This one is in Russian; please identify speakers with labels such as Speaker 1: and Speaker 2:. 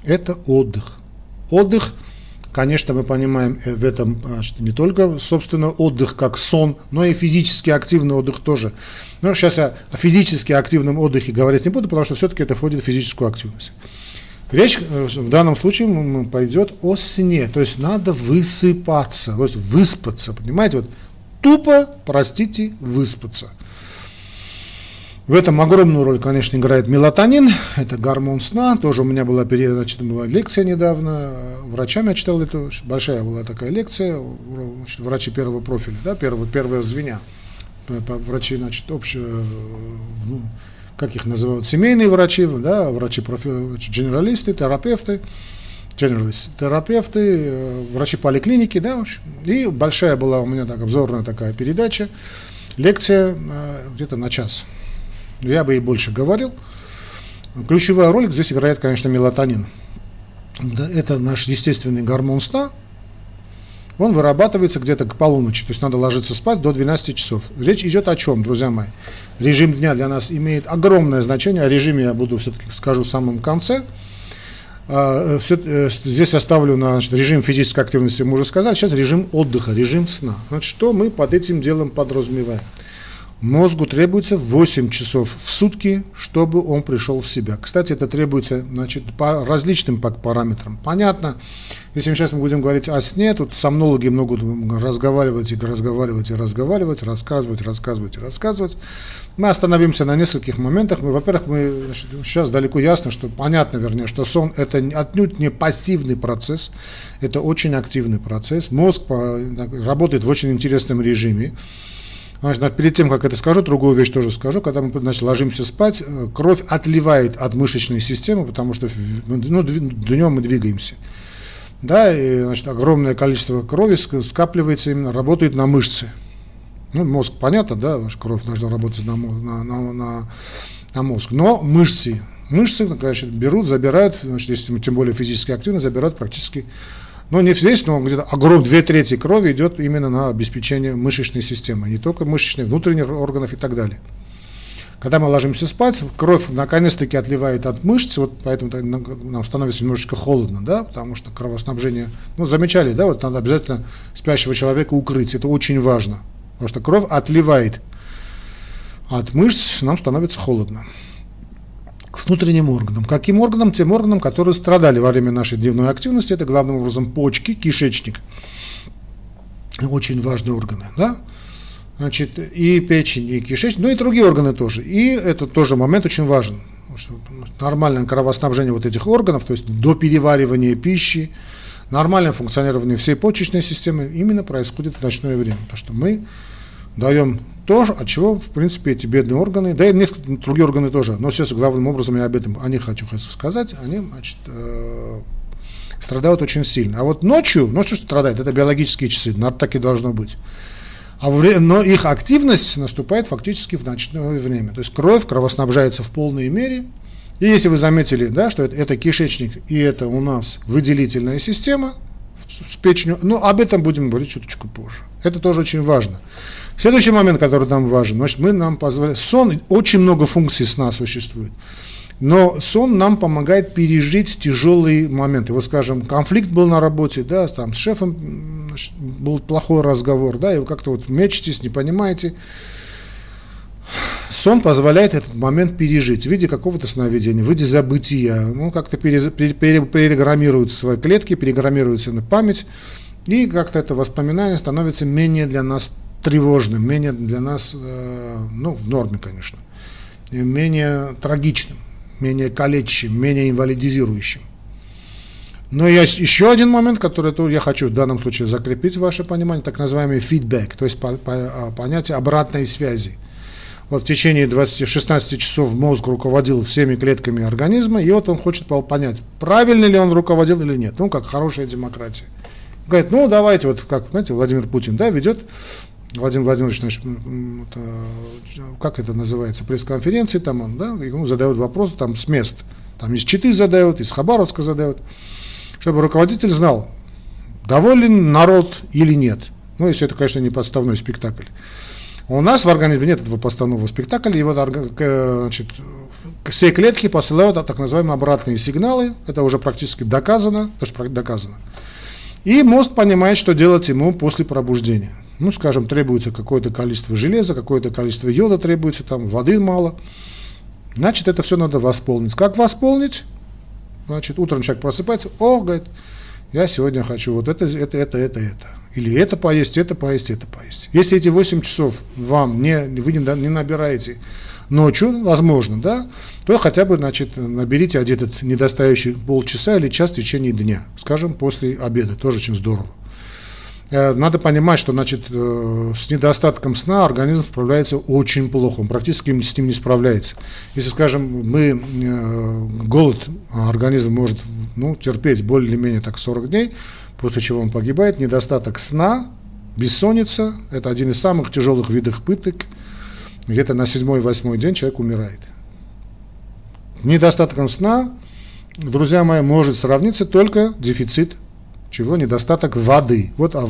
Speaker 1: это отдых. Отдых, конечно, мы понимаем в этом, значит, не только, собственно, отдых как сон, но и физически активный отдых тоже. Но сейчас я о физически активном отдыхе говорить не буду, потому что все-таки это входит в физическую активность. Речь в данном случае пойдет о сне, то есть надо высыпаться, то есть выспаться, понимаете, вот тупо, простите, выспаться. В этом огромную роль, конечно, играет мелатонин, это гормон сна, тоже у меня была лекция недавно, врачами я читал эту, большая была такая лекция, врачи первого профиля, да, первого звена, врачи, значит, как их называют, семейные врачи, да, врачи генералисты, терапевты, врачи поликлиники, да, в общем. И большая была у меня так обзорная такая передача, лекция где-то на час. Я бы и больше говорил. Ключевая роль здесь играет, конечно, мелатонин. Да, это наш естественный гормон сна. Он вырабатывается где-то к полуночи, то есть надо ложиться спать до 12 часов. Речь идет о чем, друзья мои? Режим дня для нас имеет огромное значение, о режиме я буду все-таки скажу в самом конце. Здесь оставлю на режим физической активности, мы уже сказали, сейчас режим отдыха, режим сна. Значит, что мы под этим делом подразумеваем? Мозгу требуется 8 часов в сутки, чтобы он пришел в себя. Кстати, это требуется, значит, по различным параметрам. Понятно, если сейчас мы будем говорить о сне, тут сомнологи могут рассказывать. Мы остановимся на нескольких моментах. Во-первых, сейчас далеко ясно, что понятно, вернее, что сон – это отнюдь не пассивный процесс, это очень активный процесс. Мозг работает в очень интересном режиме. Значит, перед тем, как это скажу, другую вещь тоже скажу. Когда мы, значит, ложимся спать, кровь отливает от мышечной системы, потому что днем мы двигаемся. Да, и, значит, огромное количество крови скапливается, именно работает на мышцы. Мозг, понятно, да, кровь должна работать на мозг. Но мышцы, конечно, забирают, значит, если тем более физически активно, забирают практически. Но не здесь, но где-то 2/3 крови идет именно на обеспечение мышечной системы, не только мышечной, внутренних органов и так далее. Когда мы ложимся спать, кровь наконец-таки отливает от мышц, вот поэтому нам становится немножечко холодно, да, потому что кровоснабжение, замечали, да, вот надо обязательно спящего человека укрыть, это очень важно, потому что кровь отливает от мышц, нам становится холодно. К внутренним органам. Каким органам? Тем органам, которые страдали во время нашей дневной активности. Это главным образом почки, кишечник. Очень важные органы. Да? Значит, и печень, и кишечник, но и другие органы тоже. И это тоже момент очень важен. Потому что нормальное кровоснабжение вот этих органов, то есть до переваривания пищи, нормальное функционирование всей почечной системы именно происходит в ночное время. Потому что мы даем то, от чего, в принципе, эти бедные органы, да и некоторые другие органы тоже, но сейчас главным образом я об этом о них хочу сказать, они, значит, страдают очень сильно. А вот ночью что страдает, это биологические часы, так и должно быть. Но их активность наступает фактически в ночное время. То есть кровоснабжается в полной мере. И если вы заметили, да, что это кишечник и это у нас выделительная система с печенью, но об этом будем говорить чуточку позже. Это тоже очень важно. Следующий момент, который нам важен, значит, нам позволяет, сон, очень много функций сна существует, но сон нам помогает пережить тяжелые моменты. Вот, скажем, конфликт был на работе, да, там с шефом, значит, был плохой разговор, да, и вы как-то вот мечетесь, не понимаете. Сон позволяет этот момент пережить в виде какого-то сновидения, в виде забытия, как-то переграммируются свои клетки, переграммируется на память, и как-то это воспоминание становится менее для нас тревожным, менее для нас, в норме, конечно, менее трагичным, менее калечащим, менее инвалидизирующим. Но есть еще один момент, который я хочу в данном случае закрепить в ваше понимание, так называемый фидбэк, то есть понятие обратной связи. Вот в течение 16 часов мозг руководил всеми клетками организма, и вот он хочет понять, правильно ли он руководил или нет, как хорошая демократия. Говорит, давайте, вот как, знаете, Владимир Путин, да, ведет, Владимир Владимирович, значит, как это называется, пресс-конференции, там он, да, ему задают вопросы там с мест, там из Читы задают, из Хабаровска задают, чтобы руководитель знал, доволен народ или нет. Если это, конечно, не подставной спектакль. У нас в организме нет этого подставного спектакля, его, значит, все клетки посылают так называемые обратные сигналы, это уже практически доказано, и мозг понимает, что делать ему после пробуждения. Ну, скажем, требуется какое-то количество железа, какое-то количество йода требуется, там воды мало, значит, это все надо восполнить. Как восполнить? Значит, утром человек просыпается, говорит, я сегодня хочу вот это. Или это поесть, это поесть, это поесть. Если эти 8 часов вы не набираете ночью, возможно, да, то хотя бы, значит, наберите этот недостающий полчаса или час в течение дня, скажем, после обеда, тоже очень здорово. Надо понимать, что, значит, с недостатком сна организм справляется очень плохо, он практически с ним не справляется. Если, скажем, голод организм может терпеть более-менее так 40 дней, после чего он погибает, недостаток сна, бессонница, это один из самых тяжелых видов пыток, где-то на 7-8 день человек умирает. Недостатком сна, друзья мои, может сравниться только дефицит чего? Недостаток воды. Вот